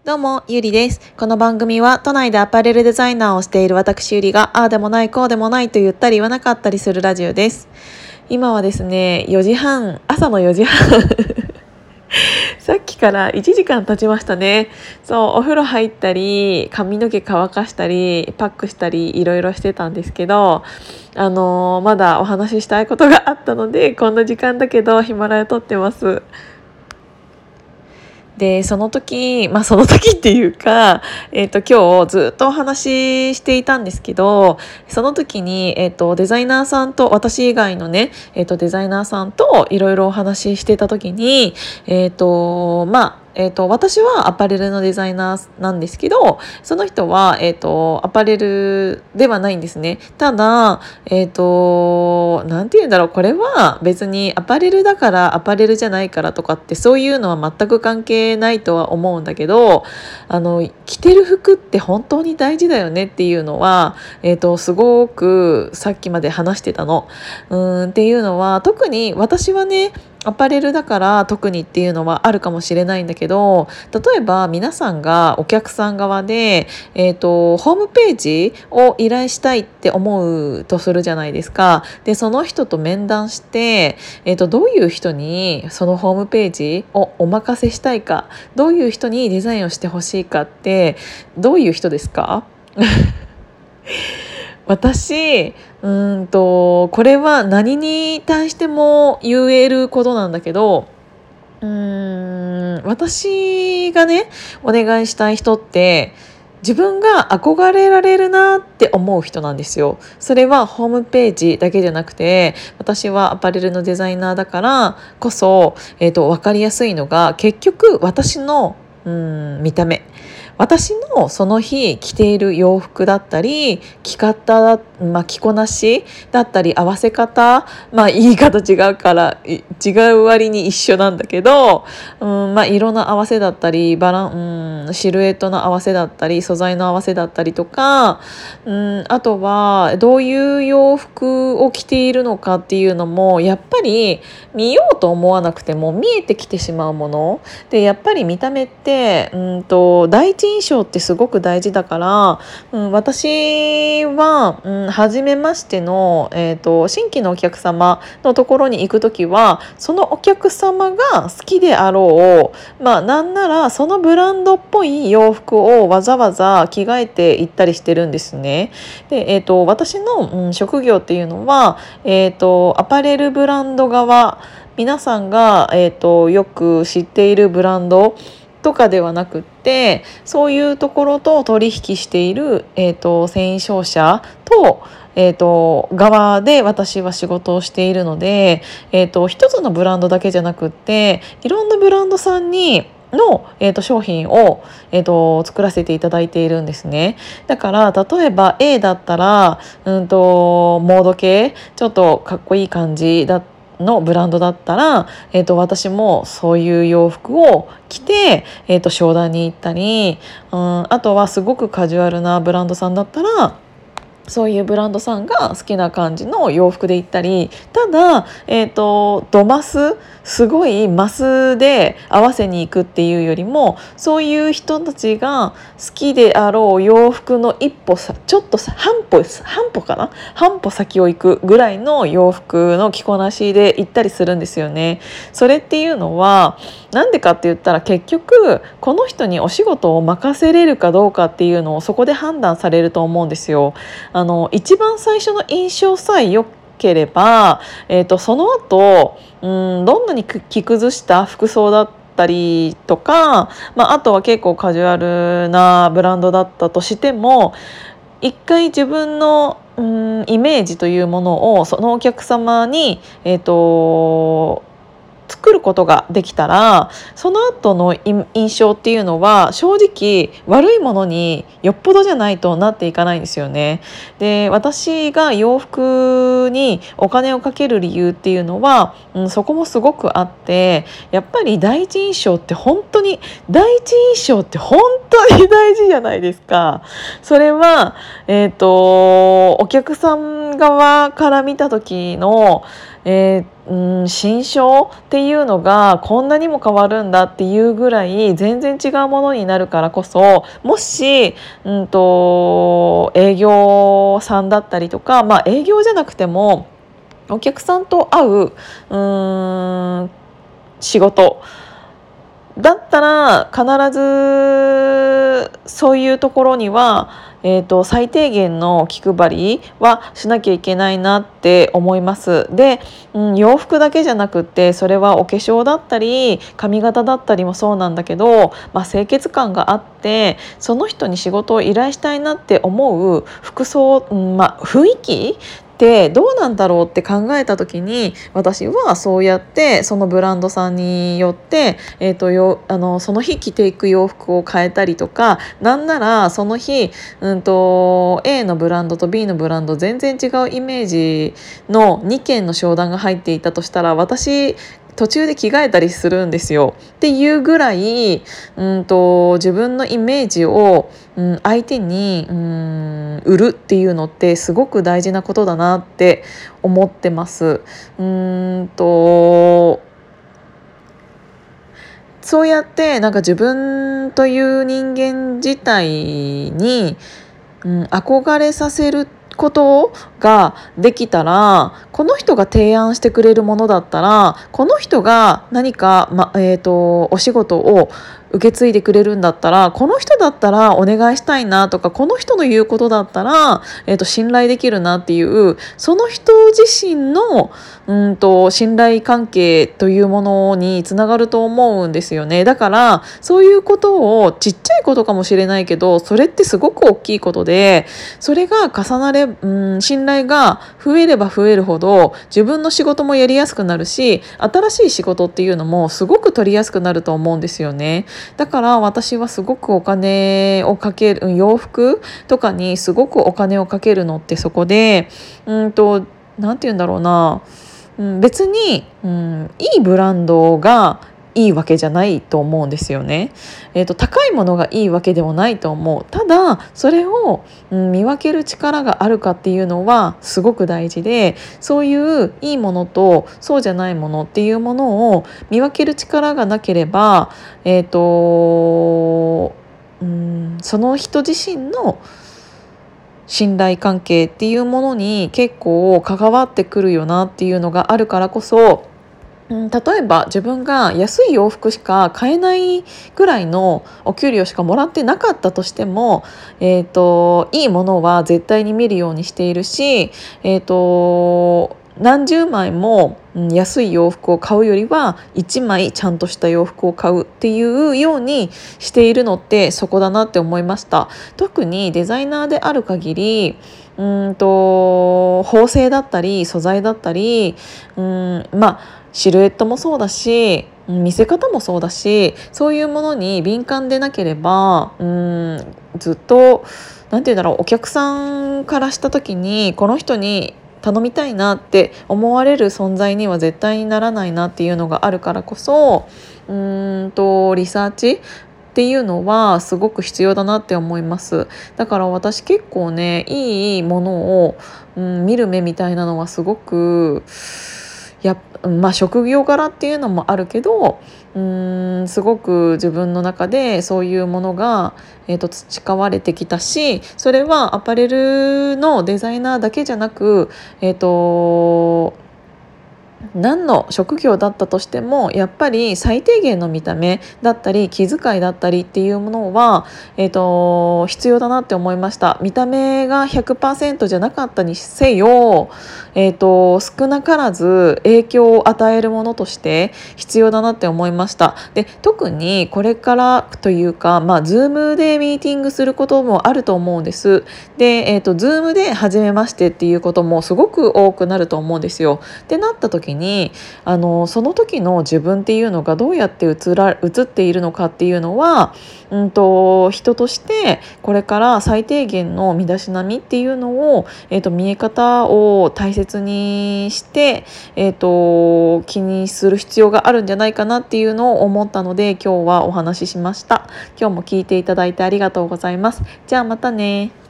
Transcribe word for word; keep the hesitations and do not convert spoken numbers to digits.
どうも、ゆりです。この番組は都内でアパレルデザイナーをしている私ゆりが、ああでもないこうでもないと言ったり言わなかったりするラジオです。今はですね、よじはん、朝のよじはんさっきからいちじかん経ちましたね。そう、お風呂入ったり、髪の毛乾かしたり、パックしたり、いろいろしてたんですけど、あのーまだお話ししたいことがあったので、こんな時間だけどヒマラヤ撮ってます。で、その時、まあその時っていうか、えっと今日ずっとお話ししていたんですけど、その時に、えっとデザイナーさんと、私以外のね、えっとデザイナーさんといろいろお話ししてた時に、えっと、まあ、えっと、私はアパレルのデザイナーなんですけど、その人は、えっと、アパレルではないんですね。ただ、えっと、なんて言うんだろう、これは別にアパレルだからアパレルじゃないからとかってそういうのは全く関係ないとは思うんだけど、あの、着てる服って本当に大事だよねっていうのは、えっと、すごくさっきまで話してたの。うーんっていうのは、特に私はね、アパレルだから特にっていうのはあるかもしれないんだけど、例えば皆さんがお客さん側で、えーと、ホームページを依頼したいって思うとするじゃないですか。で、その人と面談して、えーと、どういう人にそのホームページをお任せしたいか、どういう人にデザインをしてほしいかって、どういう人ですか？私、うーんと、これは何に対しても言えることなんだけど、うーん、私がね、お願いしたい人って、自分が憧れられるなって思う人なんですよ。それはホームページだけじゃなくて、私はアパレルのデザイナーだからこそ、えっと、わかりやすいのが、結局私の、うん、見た目。私のその日着ている洋服だったり着方、まあ、着こなしだったり合わせ方、まあ、言い方違うから違う割に一緒なんだけど、うんまあ、色の合わせだったりバラン、うん、シルエットの合わせだったり素材の合わせだったりとか、うん、あとはどういう洋服を着ているのかっていうのもやっぱり見ようと思わなくても見えてきてしまうもので、やっぱり見た目って、うんと第一印象ってすごく大事だから、うん、私は、うん、初めましての、えーと、新規のお客様のところに行くときはそのお客様が好きであろう、まあなんならそのブランドっぽい洋服をわざわざ着替えて行ったりしてるんですね。で、えーと、私の、うん、職業っていうのは、えーと、アパレルブランド側、皆さんが、えーと、よく知っているブランドとかではなくって、そういうところと取引している、えーと、繊維商社と、えーと、側で私は仕事をしているので、えーと、一つのブランドだけじゃなくっていろんなブランドさんにの、えーと、商品を、えーと、作らせていただいているんですね。だから例えば A だったら、うんと、モード系ちょっとかっこいい感じだったのブランドだったら、えーと、私もそういう洋服を着て、えーと、商談に行ったり、うん、あとはすごくカジュアルなブランドさんだったらそういうブランドさんが好きな感じの洋服で行ったり、ただ、えーと、ドマスすごいマスで合わせに行くっていうよりも、そういう人たちが好きであろう洋服の一歩さちょっと半歩半歩かな半歩先を行くぐらいの洋服の着こなしで行ったりするんですよね。それっていうのはなんでかって言ったら、結局この人にお仕事を任せれるかどうかっていうのをそこで判断されると思うんですよ。あの一番最初の印象さえ良ければ、えーと、その後、うん、どんなに着崩した服装だったりとか、まあ、あとは結構カジュアルなブランドだったとしても、一回自分の、うん、イメージというものをそのお客様に、えーと作ることができたら、その後の印象っていうのは正直悪いものによっぽどじゃないとなっていかないんですよね。で、私が洋服にお金をかける理由っていうのは、うん、そこもすごくあって、やっぱり第一印象って本当に第一印象って本当に大事じゃないですか。それは、えーと、お客さん側から見た時のえーうん、心象っていうのがこんなにも変わるんだっていうぐらい全然違うものになるからこそ、もし、うんと、営業さんだったりとか、まあ営業じゃなくてもお客さんと会う、うーん仕事だったら必ずそういうところには、えーと、最低限の気配りはしなきゃいけないなって思います。で、うん、洋服だけじゃなくってそれはお化粧だったり髪型だったりもそうなんだけど、まあ、清潔感があってその人に仕事を依頼したいなって思う服装、うんまあ、雰囲気ってどうなんだろうって考えた時に、私はそうやってそのブランドさんによって、えーと、よあのその日着ていく洋服を変えたりとか、なんならその日、うんと、A のブランドと B のブランド全然違うイメージのにけんの商談が入っていたとしたら、私途中で着替えたりするんですよっていうぐらい、うんと、自分のイメージを、うん、相手に、うん、売るっていうのってすごく大事なことだなって思ってます。うんとそうやってなんか自分という人間自体に、うん、憧れさせることができたら、この人が提案してくれるものだったら、この人が何か、まえーと、お仕事を受け継いでくれるんだったら、この人だったらお願いしたいなとか、この人の言うことだったら、えーと、信頼できるなっていう、その人自身のうんと信頼関係というものにつながると思うんですよね。だからそういうことを、ちっちゃいことかもしれないけど、それってすごく大きいことで、それが重なれ、うん、信頼が増えれば増えるほど自分の仕事もやりやすくなるし、新しい仕事っていうのもすごく取りやすくなると思うんですよね。だから私はすごくお金をかける、洋服とかにすごくお金をかけるのってそこで、うんとなんて言うんだろうな、うん、別に、うん、いいブランドがいいわけじゃないと思うんですよね。えーと、高いものがいいわけでもないと思う。ただそれを、うん、見分ける力があるかっていうのはすごく大事で、そういういいものとそうじゃないものっていうものを見分ける力がなければ、えーとうん、その人自身の信頼関係っていうものに結構関わってくるよなっていうのがあるからこそ、うん、例えば自分が安い洋服しか買えないぐらいのお給料しかもらってなかったとしても、えーと、いいものは絶対に見るようにしているし、えーと、何十枚も安い洋服を買うよりはいちまいちゃんとした洋服を買うっていうようにしているのってそこだなって思いました。特にデザイナーである限り、うんと縫製だったり素材だったり、うんまあシルエットもそうだし、見せ方もそうだし、そういうものに敏感でなければ、うんずっとなんて言うんだろう、お客さんからした時にこの人に頼みたいなって思われる存在には絶対にならないなっていうのがあるからこそ、うーんとリサーチっていうのはすごく必要だなって思います。だから私結構ね、いいものを、うん、見る目みたいなのはすごくやまあ職業柄っていうのもあるけど、うーんすごく自分の中でそういうものが、えーと、培われてきたし、それはアパレルのデザイナーだけじゃなく、えーと何の職業だったとしてもやっぱり最低限の見た目だったり気遣いだったりっていうものは、えーと、必要だなって思いました。見た目が ひゃくパーセント じゃなかったにせよ、えーと、少なからず影響を与えるものとして必要だなって思いました。で、特にこれからというか、まあ、Zoom でミーティングすることもあると思うんです。で、えーと、Zoom で初めましてっていうこともすごく多くなると思うんですよ。ってなった時に、あのその時の自分っていうのがどうやって映ら映っているのかっていうのは、うんと人としてこれから最低限の身だしなみっていうのを、えーと、見え方を大切にして、えーと、気にする必要があるんじゃないかなっていうのを思ったので今日はお話ししました。今日も聞いていただいてありがとうございます。じゃあまたね。